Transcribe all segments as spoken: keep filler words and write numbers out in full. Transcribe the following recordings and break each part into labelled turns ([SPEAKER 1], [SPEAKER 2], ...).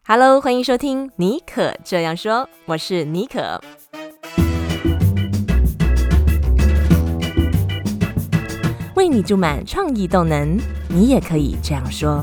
[SPEAKER 1] Hello， 欢迎收听妮可这样说，我是妮可。为你注满创意动能，你也可以这样说。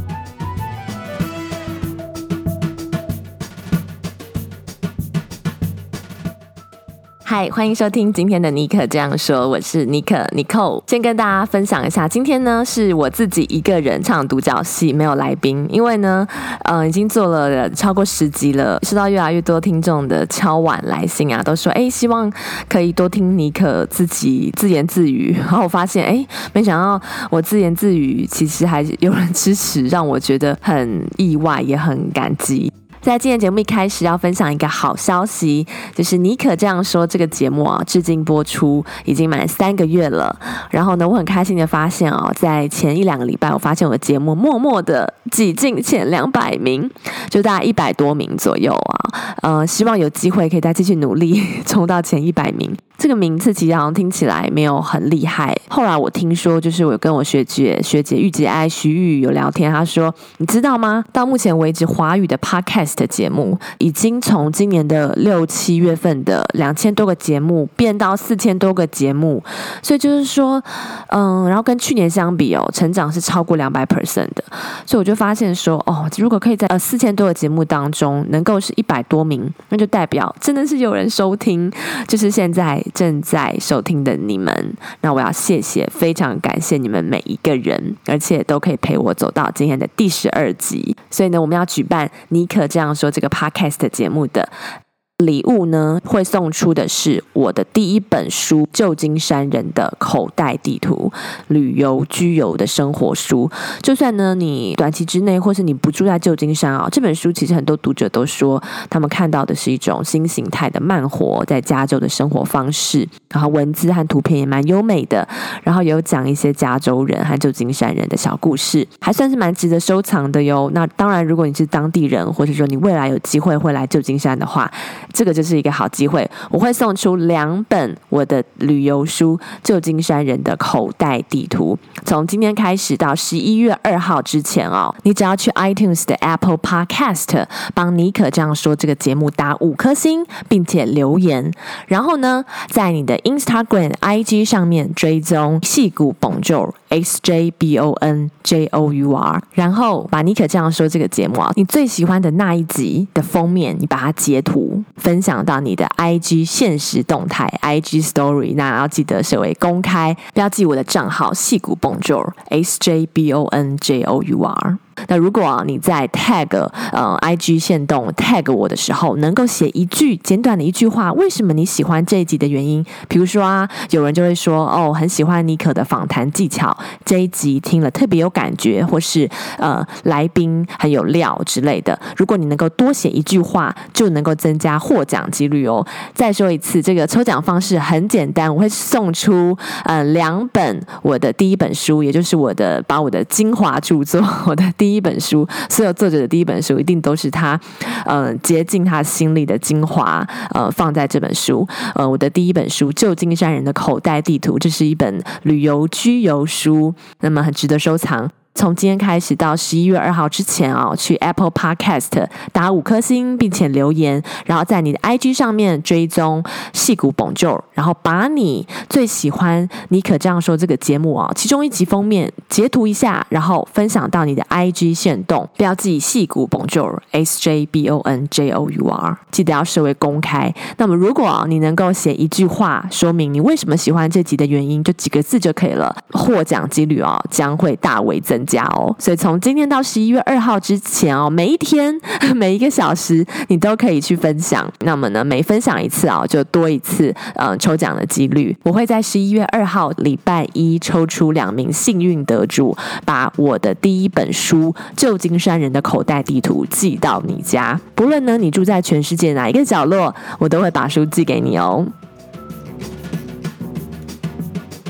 [SPEAKER 1] 嗨，欢迎收听今天的妮可这样说，我是妮可 Nicole。先跟大家分享一下，今天呢是我自己一个人唱独角戏，没有来宾，因为呢，呃，已经做了超过十集了，收到越来越多听众的敲碗来信啊，都说哎，希望可以多听妮可自己自言自语。然后我发现，哎，没想到我自言自语，其实还有人支持，让我觉得很意外，也很感激。在今天节目一开始要分享一个好消息，就是妮可这样说这个节目啊，至今播出已经满三个月了。然后呢，我很开心的发现哦，在前一两个礼拜，我发现我的节目默默的挤进前两百名，就大概一百多名左右啊。呃，希望有机会可以再继续努力，冲到前一百名。这个名次其实好像听起来没有很厉害。后来我听说，就是我跟我学姐学姐玉姐爱徐玉有聊天，她说：“你知道吗？到目前为止，华语的 podcast 的节目已经从今年的六七月份的两千多个节目变到四千多个节目，所以就是说，嗯，然后跟去年相比哦，成长是超过两百 percent 的。所以我就发现说，哦，如果可以在呃四千多个节目当中能够是一百多名，那就代表真的是有人收听，就是现在。”正在收听的你们，那我要谢谢，非常感谢你们每一个人，而且都可以陪我走到今天的第十二集。所以呢，我们要举办妮可这样说这个 podcast 节目的礼物呢，会送出的是我的第一本书《旧金山人的口袋地图》，旅游居游的生活书。就算呢你短期之内或是你不住在旧金山啊，这本书其实很多读者都说他们看到的是一种新形态的慢活在加州的生活方式，然后文字和图片也蛮优美的，然后有讲一些加州人和旧金山人的小故事，还算是蛮值得收藏的哟。那当然如果你是当地人，或者说你未来有机会会来旧金山的话，这个就是一个好机会，我会送出两本我的旅游书《旧金山人的口袋地图》。从今天开始到十一月二号之前哦，你只要去 iTunes 的 Apple Podcast 帮妮可这样说这个节目打五颗星，并且留言，然后呢，在你的 Instagram、I G 上面追踪矽谷 Bonjour S J B O N J O U R， 然后把妮可这样说这个节目啊，你最喜欢的那一集的封面，你把它截图。分享到你的 I G 限时动态 I G Story， 那要记得设为公开，标记我的账号矽谷 Bonjour S J B O N J O U R。那如果、啊、你在 tag 呃 I G 限动 tag 我的时候，能够写一句简短的一句话，为什么你喜欢这一集的原因？比如说啊，有人就会说哦，很喜欢妮可的访谈技巧，这一集听了特别有感觉，或是呃来宾很有料之类的。如果你能够多写一句话，就能够增加获奖几率哦。再说一次，这个抽奖方式很简单，我会送出呃两本我的第一本书，也就是我的把我的精华著作，我的第一本书，所有作者的第一本书一定都是他呃竭尽他心力的精华呃放在这本书。呃我的第一本书《旧金山人的口袋地图》，这是一本旅游居游书，那么很值得收藏。从今天开始到十一月二号之前啊，去 Apple Podcast 打五颗星，并且留言，然后在你的 I G 上面追踪矽谷 Bonjour， 然后把你最喜欢妮可这样说这个节目啊，其中一集封面截图一下，然后分享到你的 I G 限动，标记矽谷 Bonjour S J B O N J O U R， 记得要设为公开。那么如果、啊、你能够写一句话说明你为什么喜欢这集的原因，就几个字就可以了，获奖几率啊将会大为增加。加哦，所以从今天到十一月二号之前哦，每一天每一个小时你都可以去分享。那么呢，每分享一次啊、哦，就多一次呃抽奖的几率。我会在十一月二号礼拜一抽出两名幸运得主，把我的第一本书《旧金山人的口袋地图》寄到你家。不论呢你住在全世界哪一个角落，我都会把书寄给你哦。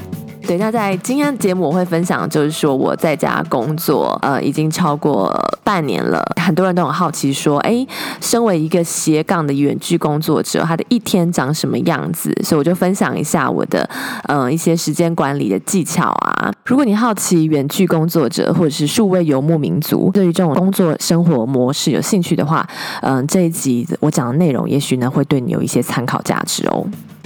[SPEAKER 1] 对，那在今天的节目我会分享，就是说我在家工作，呃，已经超过半年了。很多人都很好奇说，哎，身为一个斜杠的远距工作者，他的一天长什么样子？所以我就分享一下我的，呃，一些时间管理的技巧啊。如果你好奇远距工作者或者是数位游牧民族对于这种工作生活模式有兴趣的话，嗯、呃，这一集我讲的内容也许呢会对你有一些参考价值哦。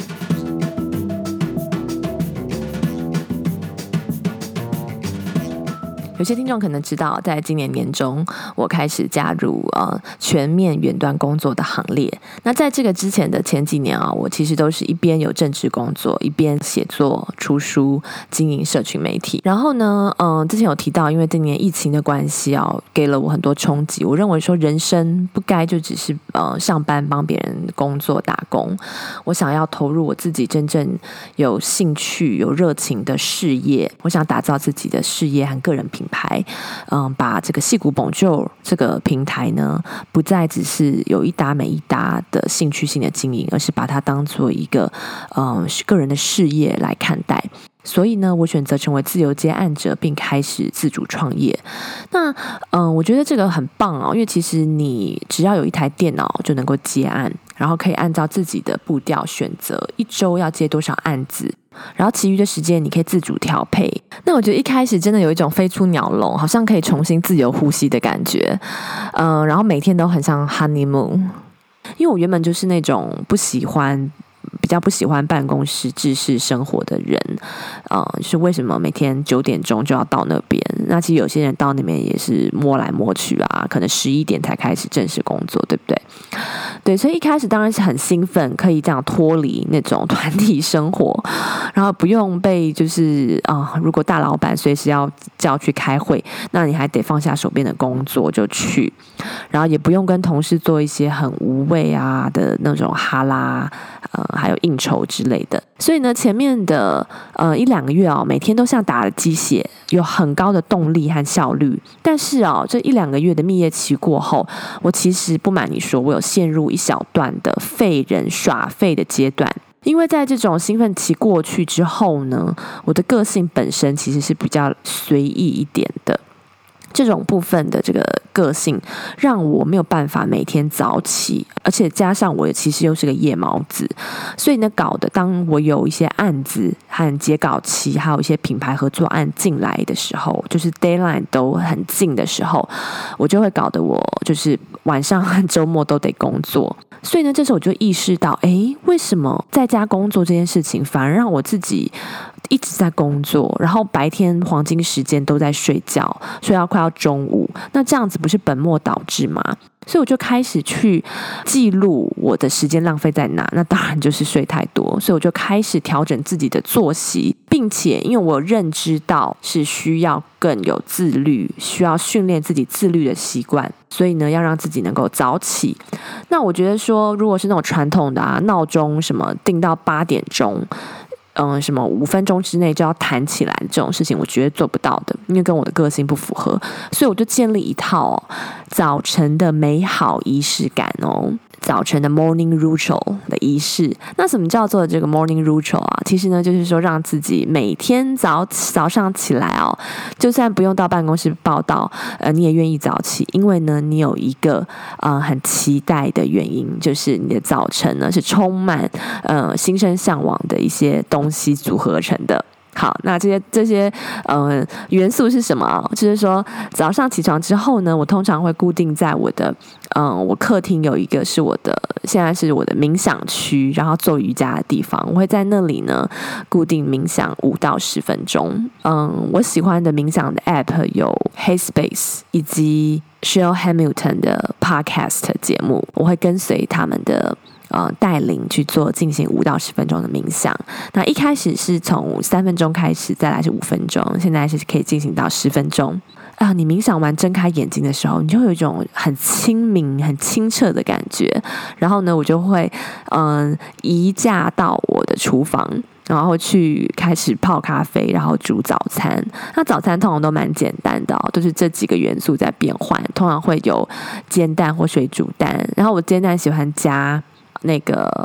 [SPEAKER 1] 有些听众可能知道，在今年年中，我开始加入呃全面远端工作的行列。那在这个之前的前几年啊，我其实都是一边有正职工作，一边写作、出书、经营社群媒体。然后呢，嗯、呃，之前有提到，因为今年疫情的关系啊，给了我很多冲击。我认为说，人生不该就只是呃上班帮别人工作打工。我想要投入我自己真正有兴趣、有热情的事业。我想打造自己的事业和个人品牌。牌，嗯，把这个矽谷 Bonjour 这个平台呢，不再只是有一搭没一搭的兴趣性的经营，而是把它当做一个嗯个人的事业来看待。所以呢，我选择成为自由接案者，并开始自主创业。那嗯，我觉得这个很棒哦，因为其实你只要有一台电脑就能够接案，然后可以按照自己的步调选择一周要接多少案子。然后其余的时间你可以自主调配。那我觉得一开始真的有一种飞出鸟笼，好像可以重新自由呼吸的感觉。嗯、呃，然后每天都很像 honeymoon。因为我原本就是那种不喜欢。比较不喜欢办公室制式生活的人，呃，就是为什么每天九点钟就要到那边？那其实有些人到那边也是摸来摸去啊，可能十一点才开始正式工作，对不对？对，所以一开始当然是很兴奋，可以这样脱离那种团体生活，然后不用被就是啊、呃，如果大老板随时要叫去开会，那你还得放下手边的工作就去，然后也不用跟同事做一些很无谓啊的那种哈拉。呃，还有应酬之类的，所以呢，前面的呃一两个月哦，每天都像打了鸡血，有很高的动力和效率。但是哦，这一两个月的蜜月期过后，我其实不瞒你说，我有陷入一小段的废人耍废的阶段。因为在这种兴奋期过去之后呢，我的个性本身其实是比较随意一点的。这种部分的这个个性让我没有办法每天早起，而且加上我其实又是个夜猫子，所以呢搞得当我有一些案子和截稿期还有一些品牌合作案进来的时候，就是 deadline 都很近的时候，我就会搞得我就是晚上和周末都得工作。所以呢这时候我就意识到，诶，为什么在家工作这件事情反而让我自己一直在工作，然后白天黄金时间都在睡觉，睡到快要中午，那这样子不是本末倒置吗？所以我就开始去记录我的时间浪费在哪，那当然就是睡太多，所以我就开始调整自己的作息，并且因为我认知到是需要更有自律，需要训练自己自律的习惯，所以呢要让自己能够早起。那我觉得说，如果是那种传统的啊，闹钟什么定到八点钟。嗯，什么五分钟之内就要弹起来这种事情，我觉得做不到的，因为跟我的个性不符合，所以我就建立一套、哦、早晨的美好仪式感哦。早晨的 morning ritual 的仪式。那什么叫做这个 morning ritual 啊？其实呢，就是说让自己每天早早上起来哦，就算不用到办公室报到，呃，你也愿意早起，因为呢，你有一个呃很期待的原因，就是你的早晨呢是充满呃心生向往的一些东西组合成的。好，那这些这些呃元素是什么？就是说早上起床之后呢，我通常会固定在我的嗯、呃，我客厅有一个是我的现在是我的冥想区，然后做瑜伽的地方，我会在那里呢固定冥想五到十分钟。嗯，我喜欢的冥想的 App 有 Headspace 以及 Shel Hamilton 的 Podcast 节目，我会跟随他们的。呃，带领去做进行五到十分钟的冥想。那一开始是从三分钟开始，再来是五分钟，现在是可以进行到十分钟。啊，你冥想完睁开眼睛的时候，你就会有一种很清明、很清澈的感觉。然后呢，我就会嗯、呃、移驾到我的厨房。然后去开始泡咖啡，然后煮早餐。那早餐通常都蛮简单的哦，都是这几个元素在变换。通常会有煎蛋或水煮蛋，然后我煎蛋喜欢加那个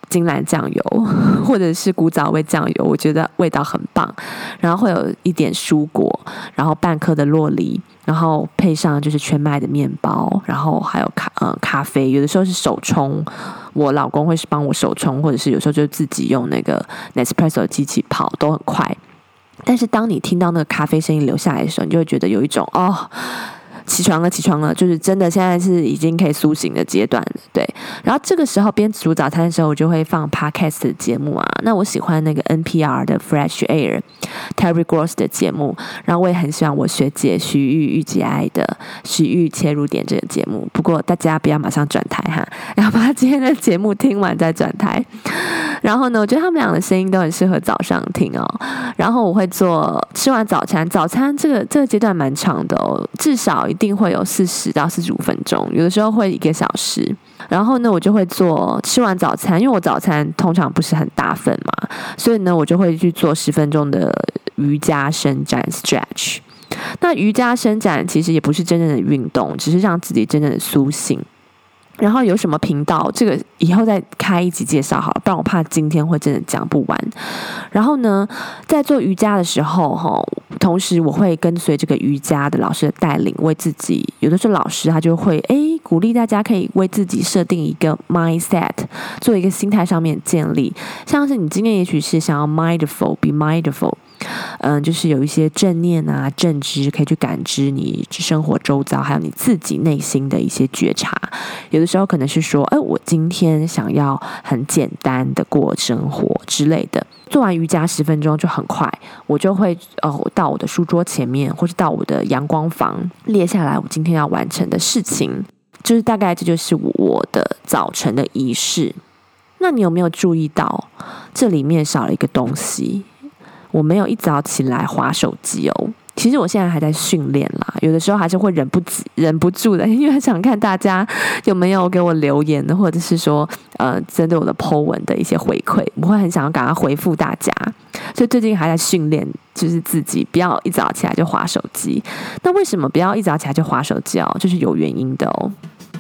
[SPEAKER 1] 金兰酱油或者是古早味酱油，我觉得味道很棒。然后会有一点蔬果，然后半颗的酪梨，然后配上就是全麦的面包，然后还有咖呃咖啡，有的时候是手冲，我老公会是帮我手冲，或者是有时候就自己用那个 Nespresso 机器泡，都很快。但是当你听到那个咖啡声音流下来的时候，你就会觉得有一种哦，起床了起床了，就是真的现在是已经可以苏醒的阶段了，对。然后这个时候边煮早餐的时候，我就会放 podcast 的节目啊。那我喜欢那个 N P R 的 Fresh Air Terry Gross 的节目，然后我也很喜欢我学姐徐玉玉姐爱的徐玉切入点这个节目。不过大家不要马上转台哈，要把今天的节目听完再转台。然后呢，我觉得他们俩的声音都很适合早上听哦。然后我会做吃完早餐，早餐这个这个阶段蛮长的哦，至少一定会有四十到四十五分钟，有的时候会一个小时。然后呢，我就会做吃完早餐，因为我早餐通常不是很大份嘛，所以呢，我就会去做十分钟的瑜伽伸展 stretch。那瑜伽伸展其实也不是真正的运动，只是让自己真正的苏醒。然后有什么频道，这个以后再开一集介绍好了，不然我怕今天会真的讲不完。然后呢，在做瑜伽的时候，同时我会跟随这个瑜伽的老师的带领，为自己，有的时候老师他就会诶鼓励大家可以为自己设定一个 mindset， 做一个心态上面建立，像是你今天也许是想要 mindful be mindful。嗯，就是有一些正念啊、正知，可以去感知你生活周遭，还有你自己内心的一些觉察。有的时候可能是说，哎，我今天想要很简单的过生活之类的。做完瑜伽十分钟就很快，我就会哦到我的书桌前面，或是到我的阳光房，列下来我今天要完成的事情。就是大概这就是我的早晨的仪式。那你有没有注意到这里面少了一个东西？我没有一早起来滑手机哦，其实我现在还在训练啦，有的时候还是会忍不忍不住的，因为想看大家有没有给我留言的，或者是说呃针对我的 po 文的一些回馈，我会很想要赶快回复大家，所以最近还在训练，就是自己不要一早起来就滑手机。那为什么不要一早起来就滑手机哦？就是有原因的哦。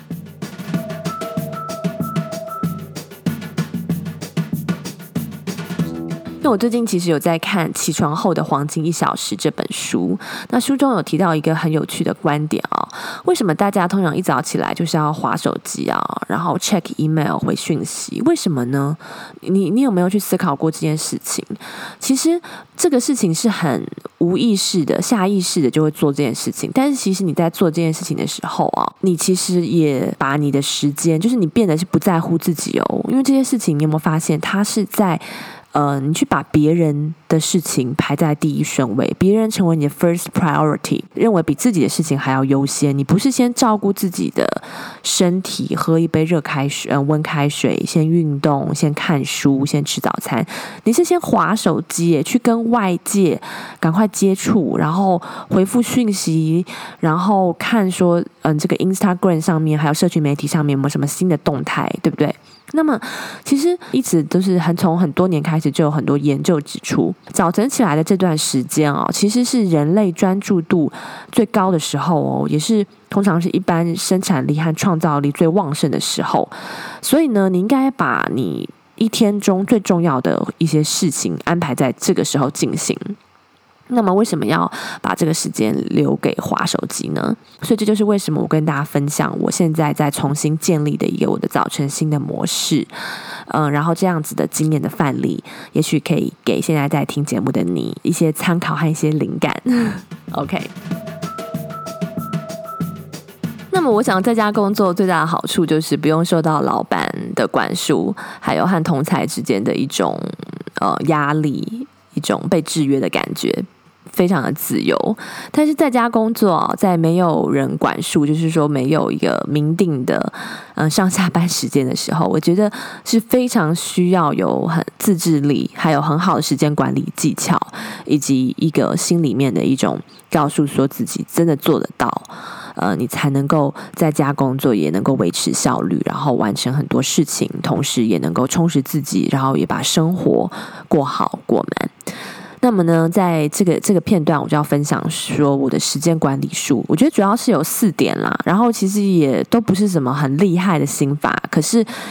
[SPEAKER 1] 因为我最近其实有在看《起床后的黄金一小时》这本书，那书中有提到一个很有趣的观点啊、哦，为什么大家通常一早起来就是要滑手机啊，然后 check email 回讯息？为什么呢？你你有没有去思考过这件事情？其实这个事情是很无意识的、下意识的就会做这件事情，但是其实你在做这件事情的时候啊，你其实也把你的时间，就是你变得是不在乎自己哦，因为这些事情你有没有发现，它是在呃，你去把别人的事情排在第一顺位，别人成为你的 first priority， 认为比自己的事情还要优先。你不是先照顾自己的身体，喝一杯热开水、呃、温开水，先运动，先看书，先吃早餐。你是先滑手机，去跟外界赶快接触，然后回复讯息，然后看说，嗯，这个 Instagram 上面还有社群媒体上面有没有什么新的动态，对不对？那么其实一直都是很从很多年开始就有很多研究指出，早晨起来的这段时间哦，其实是人类专注度最高的时候哦，也是通常是一般生产力和创造力最旺盛的时候。所以呢，你应该把你一天中最重要的一些事情安排在这个时候进行。那么为什么要把这个时间留给滑手机呢？所以这就是为什么我跟大家分享我现在在重新建立的一个我的早晨新的模式，嗯、呃，然后这样子的经验的范例，也许可以给现在在听节目的你一些参考和一些灵感。OK。那么我想在家工作最大的好处就是不用受到老板的管束，还有和同侪之间的一种呃压力，一种被制约的感觉。非常的自由，但是在家工作，在没有人管束，就是说没有一个明定的呃上下班时间的时候，我觉得是非常需要有很自制力，还有很好的时间管理技巧，以及一个心里面的一种告诉说自己真的做得到，呃，你才能够在家工作，也能够维持效率，然后完成很多事情，同时也能够充实自己，然后也把生活过好过满。那么呢，在这个这个片段，我就要分享说我的时间管理术。我觉得主要是有四点啦，然后其实也都不是什么很厉害的心法，可是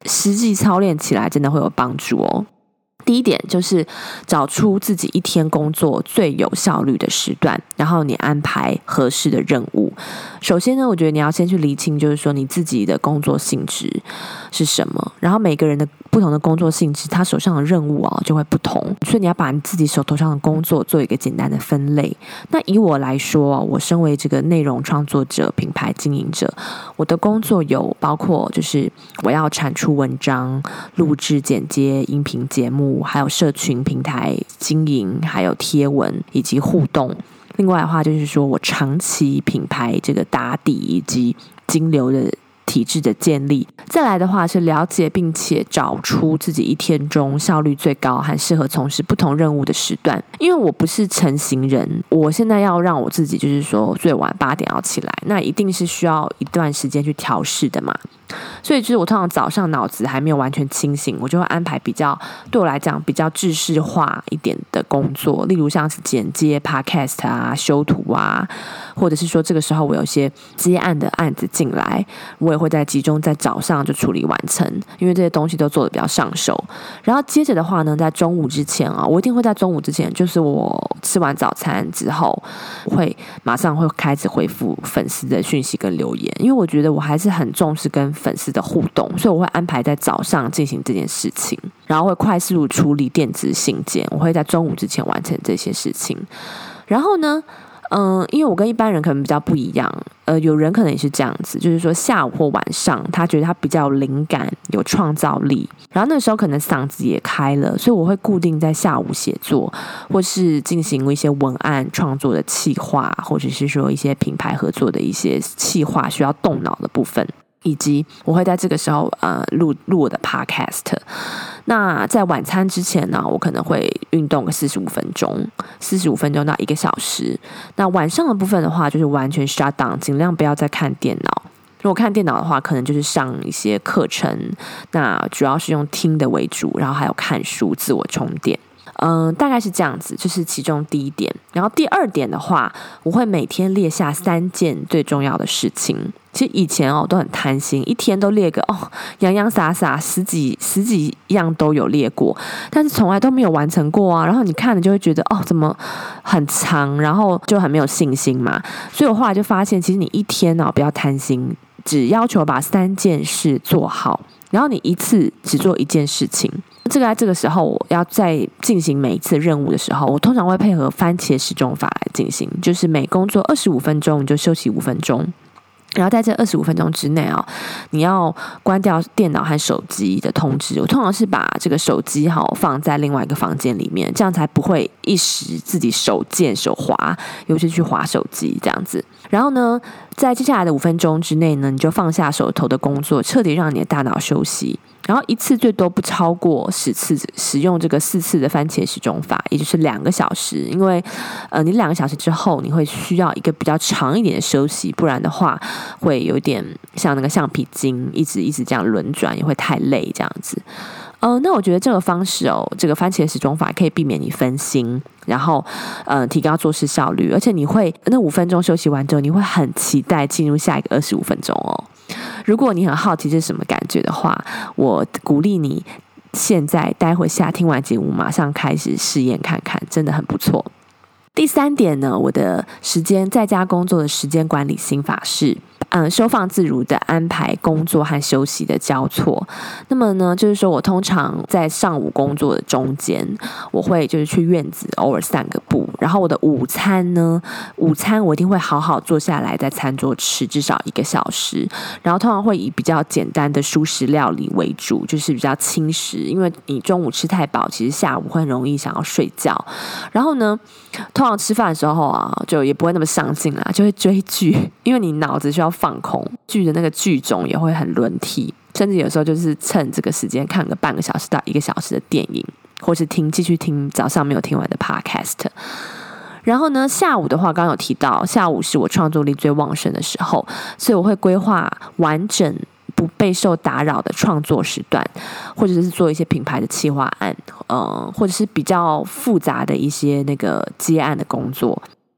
[SPEAKER 1] 实际操练起来真的会有帮助哦。第一点就是找出自己一天工作最有效率的时段，然后你安排合适的任务。首先呢，我觉得你要先去厘清，就是说你自己的工作性质是什么，然后每个人的不同的工作性质，他手上的任务啊就会不同，所以你要把你自己手头上的工作做一个简单的分类。那以我来说，我身为这个内容创作者、品牌经营者，我的工作有包括就是我要产出文章、录制、剪接音频节目，还有社群平台经营，还有贴文以及互动。另外的话就是说我长期品牌这个打底以及金流的体制的建立。再来的话是了解并且找出自己一天中效率最高和适合从事不同任务的时段。因为我不是成型人，我现在要让我自己就是说最晚八点要起来，那一定是需要一段时间去调试的嘛。所以就是我通常早上脑子还没有完全清醒，我就会安排比较对我来讲比较制式化一点的工作，例如像是剪接 podcast 啊、修图啊，或者是说这个时候我有些接案的案子进来，我也会在集中在早上就处理完成，因为这些东西都做得比较上手。然后接着的话呢，在中午之前啊，我一定会在中午之前，就是我吃完早餐之后，我会马上会开始回复粉丝的讯息跟留言，因为我觉得我还是很重视跟粉丝的互动，所以我会安排在早上进行这件事情，然后会快速处理电子信件，我会在中午之前完成这些事情。然后呢嗯，因为我跟一般人可能比较不一样，呃，有人可能也是这样子，就是说下午或晚上他觉得他比较有灵感有创造力，然后那个时候可能嗓子也开了，所以我会固定在下午写作，或是进行一些文案创作的企划，或者是说一些品牌合作的一些企划需要动脑的部分，以及我会在这个时候呃录录我的 podcast。 那在晚餐之前呢，我可能会运动个四十五分钟四十五分钟到一个小时。那晚上的部分的话就是完全 shut down， 尽量不要再看电脑。如果看电脑的话，可能就是上一些课程，那主要是用听的为主，然后还有看书自我充电。嗯，大概是这样子，就是其中第一点。然后第二点的话，我会每天列下三件最重要的事情。其实以前哦都很贪心，一天都列个哦洋洋洒洒十几十几样都有列过，但是从来都没有完成过啊。然后你看了就会觉得哦怎么很长，然后就很没有信心嘛。所以我后来就发现，其实你一天哦不要贪心，只要求把三件事做好，然后你一次只做一件事情。这个在这个时候我要在进行每一次任务的时候，我通常会配合番茄时钟法来进行，就是每工作二十五分钟你就休息五分钟，然后在这二十五分钟之内啊、哦，你要关掉电脑和手机的通知。我通常是把这个手机哈放在另外一个房间里面，这样才不会一时自己手贱手滑，尤其去滑手机这样子。然后呢，在接下来的五分钟之内呢，你就放下手头的工作，彻底让你的大脑休息。然后一次最多不超过十次，使用这个四次的番茄时钟法，也就是两个小时。因为呃，你两个小时之后，你会需要一个比较长一点的休息，不然的话会有点像那个橡皮筋，一直一直这样轮转，也会太累这样子。呃，那我觉得这个方式哦，这个番茄时钟法可以避免你分心，然后呃提高做事效率，而且你会那五分钟休息完之后，你会很期待进入下一个二十五分钟哦。如果你很好奇这是什么感觉的话，我鼓励你现在待会下听完节目马上开始试验看看，真的很不错。第三点呢，我的时间在家工作的时间管理心法是嗯，收放自如的安排工作和休息的交错。那么呢，就是说我通常在上午工作的中间，我会就是去院子偶尔散个步。然后我的午餐呢，午餐我一定会好好坐下来在餐桌吃至少一个小时。然后通常会以比较简单的蔬食料理为主，就是比较轻食，因为你中午吃太饱，其实下午会很容易想要睡觉。然后呢，通常吃饭的时候啊，就也不会那么上进啦，就会追剧，因为你脑子需要放空，剧的那个剧种也会很轮替，甚至有时候就是趁这个时间看个半个小时到一个小时的电影，或是听继续听早上没有听完的 podcast。 然后呢，下午的话刚刚有提到，下午是我创作力最旺盛的时候，所以我会规划完整不备受打扰的创作时段，或者是做一些品牌的企划案，呃，或者是比较复杂的一些那个接案的工作。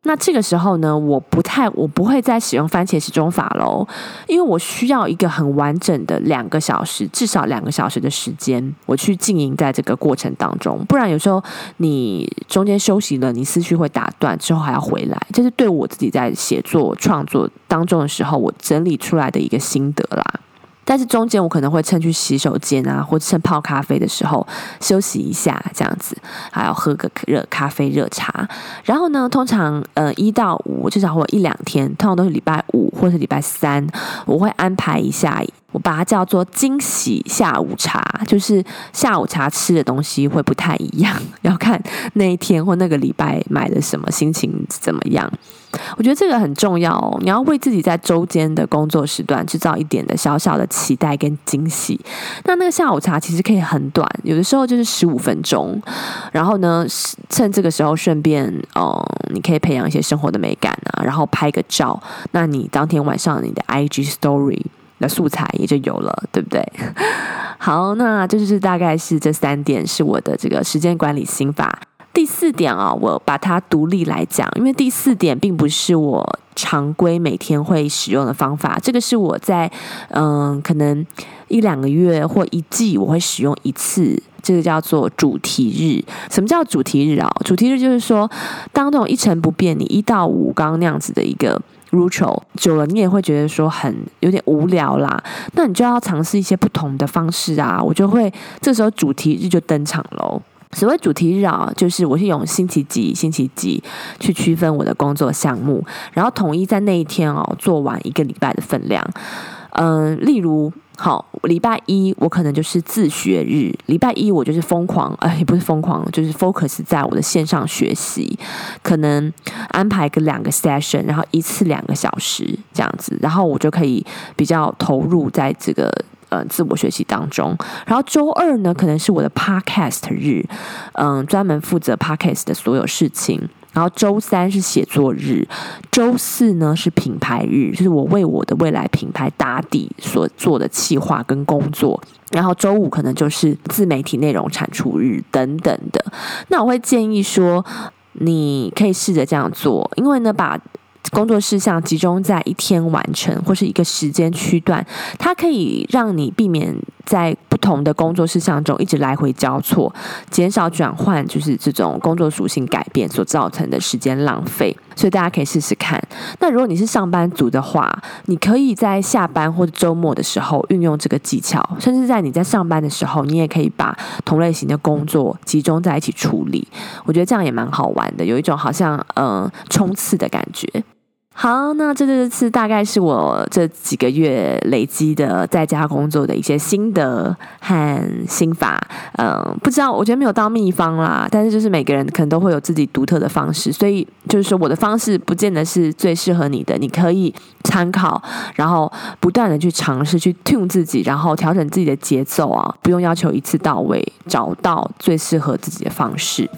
[SPEAKER 1] 那这个时候呢，我不太，我不会再使用番茄时钟法喽，因为我需要一个很完整的两个小时，至少两个小时的时间，我去经营在这个过程当中。不然有时候你中间休息了，你思绪会打断，之后还要回来，这是对我自己在写作创作当中的时候，我整理出来的一个心得啦。但是中间我可能会趁去洗手间啊，或者趁泡咖啡的时候休息一下，这样子，还要喝个热咖啡、热茶。然后呢，通常呃一到五至少会有一两天，通常都是礼拜五或是礼拜三，我会安排一下。我把它叫做惊喜下午茶，就是下午茶吃的东西会不太一样，要看那一天或那个礼拜买的什么，心情怎么样。我觉得这个很重要哦，你要为自己在周间的工作时段制造一点的小小的期待跟惊喜。那那个下午茶其实可以很短，有的时候就是十五分钟，然后呢，趁这个时候顺便，嗯，你可以培养一些生活的美感啊，然后拍个照，那你当天晚上你的 I G Story的素材也就有了，对不对？好，那就是大概是这三点是我的这个时间管理心法。第四点啊、哦，我把它独立来讲，因为第四点并不是我常规每天会使用的方法，这个是我在嗯可能一两个月或一季我会使用一次，这个叫做主题日。什么叫主题日啊？主题日就是说，当那种一成不变，你一到五刚刚那样子的一个routine 久了，你也会觉得说很有点无聊啦，那你就要尝试一些不同的方式啊。我就会这时候主题日就登场喽。所谓主题日啊，就是我是用星期几星期几去区分我的工作项目，然后统一在那一天哦做完一个礼拜的分量。嗯，例如好，礼拜一我可能就是自学日，礼拜一我就是疯狂，哎，也不是疯狂，就是 focus 在我的线上学习，可能安排个两个 session， 然后一次两个小时这样子，然后我就可以比较投入在这个呃自我学习当中。然后周二呢，可能是我的 podcast 日，嗯，专门负责 podcast 的所有事情。然后周三是写作日，周四呢是品牌日，就是我为我的未来品牌打底所做的企划跟工作。然后周五可能就是自媒体内容产出日等等的。那我会建议说，你可以试着这样做，因为呢，把工作事项集中在一天完成，或是一个时间区段，它可以让你避免在不同的工作事项中一直来回交错，减少转换，就是这种工作属性改变所造成的时间浪费。所以大家可以试试看。那如果你是上班族的话，你可以在下班或者周末的时候运用这个技巧，甚至在你在上班的时候，你也可以把同类型的工作集中在一起处理。我觉得这样也蛮好玩的，有一种好像呃冲刺的感觉。好，那这这次大概是我这几个月累积的在家工作的一些心得和心法。嗯，不知道，我觉得没有到秘方啦，但是就是每个人可能都会有自己独特的方式，所以就是说我的方式不见得是最适合你的，你可以参考，然后不断的去尝试，去 tune 自己，然后调整自己的节奏啊，不用要求一次到位，找到最适合自己的方式。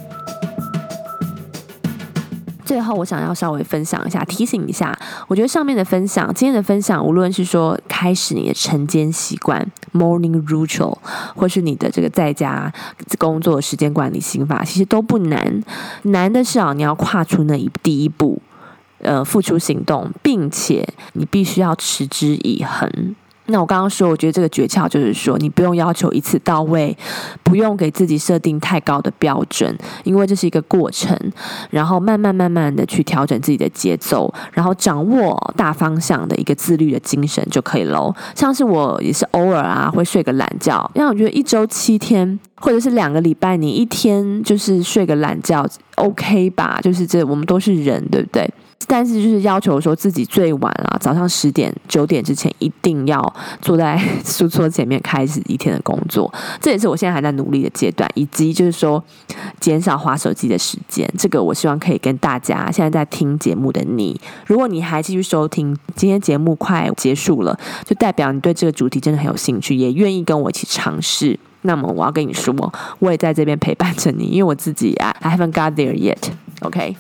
[SPEAKER 1] 最后我想要稍微分享一下，提醒一下，我觉得上面的分享，今天的分享，无论是说开始你的晨间习惯 morning ritual， 或是你的这个在家工作时间管理心法，其实都不难，难的是啊，你要跨出那一第一步，呃，付出行动，并且你必须要持之以恒。那我刚刚说，我觉得这个诀窍就是说，你不用要求一次到位，不用给自己设定太高的标准，因为这是一个过程，然后慢慢慢慢的去调整自己的节奏，然后掌握大方向的一个自律的精神就可以咯。像是我也是偶尔啊会睡个懒觉，因为我觉得一周七天或者是两个礼拜，你一天就是睡个懒觉 OK 吧，就是这我们都是人，对不对？但是就是要求说自己最晚啊，早上十点九点之前一定要坐在书桌前面开始一天的工作，这也是我现在还在努力的阶段，以及就是说减少滑手机的时间。这个我希望可以跟大家现在在听节目的你，如果你还继续收听，今天节目快结束了，就代表你对这个主题真的很有兴趣，也愿意跟我一起尝试。那么我要跟你说，我也在这边陪伴着你，因为我自己啊 I haven't got there yet OK。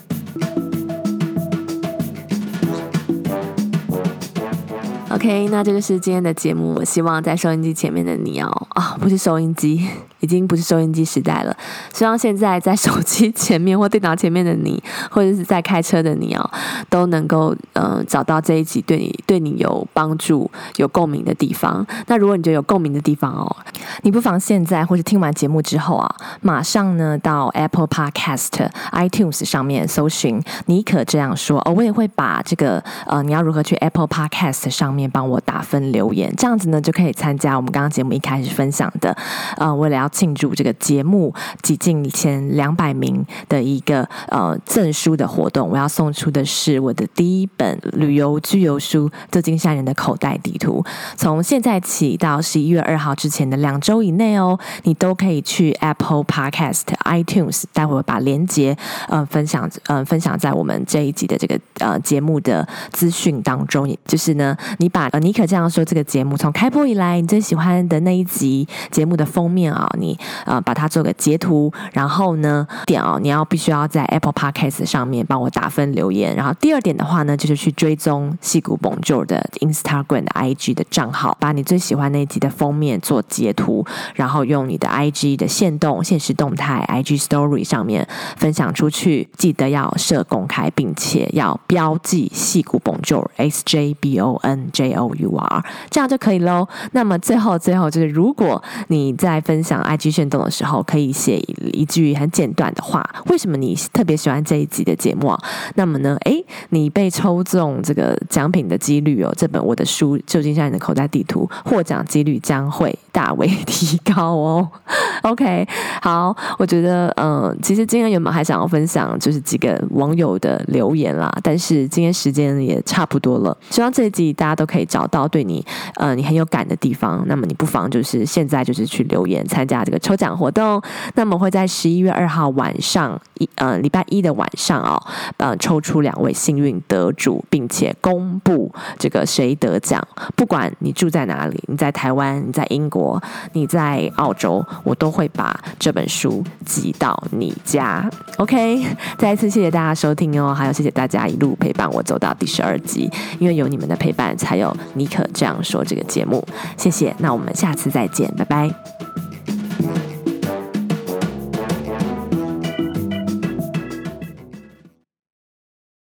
[SPEAKER 1] OK， 那这就是今天的节目。我希望在收音机前面的你哦，啊、哦，不是收音机，已经不是收音机时代了。希望现在在手机前面或电脑前面的你，或者是在开车的你哦，都能够呃找到这一集对你对你有帮助、有共鸣的地方。那如果你觉得有共鸣的地方哦，你不妨现在或是听完节目之后啊，马上呢到 Apple Podcast、iTunes 上面搜寻“你可这样说”。哦，我也会把这个呃，你要如何去 Apple Podcast 上面帮我打分留言，这样子呢就可以参加我们刚刚节目一开始分享的，呃，为了要庆祝这个节目挤进前两百名的一个呃赠书的活动，我要送出的是我的第一本旅游居游书《旧金山人的口袋地图》。从现在起到十一月二号之前的两周以内哦，你都可以去 Apple Podcast、iTunes， 待会我把连结呃分享呃分享在我们这一集的这个呃节目的资讯当中。就是呢，你把呃你可这样说这个节目从开播以来你最喜欢的那一集节目的封面啊、哦，你呃把它做个截图，然后呢点哦，你要必须要在 Apple Podcast 上面帮我打分留言。然后第二点的话呢，就是去追踪矽谷 Bonjour 的 Instagram 的 I G 的账号，把你最喜欢那一集的封面做截图，然后用你的 I G 的限动、限时动态 I G Story 上面分享出去，记得要设公开，并且要标记矽谷 Bonjour S J B O N J O U R， 这样就可以咯。那么最后最后就是，如果你在分享 I G 限动的时候，可以写一句很简短的话，为什么你特别喜欢这一集的节目啊？那么呢，诶，你被抽中这个奖品的几率哦，这本我的书《旧金山人的口袋地图》获奖几率将会大为提高哦。OK， 好，我觉得呃，其实今天原本还想要分享就是几个网友的留言啦，但是今天时间也差不多了，希望这一集大家都可以找到对你呃你很有感的地方，那么你不妨就是现在就是去留言参加这个抽奖活动。那么会在十一月二号晚上一呃礼拜一的晚上哦，呃抽出两位幸运得主，并且公布这个谁得奖。不管你住在哪里，你在台湾，你在英国，你在澳洲，我都会把这本书寄到你家。OK， 再一次谢谢大家收听哦，还有谢谢大家一路陪伴我走到第十二集，因为有你们的陪伴，才有你可这样说这个节目。谢谢，那我们下次再见，拜拜。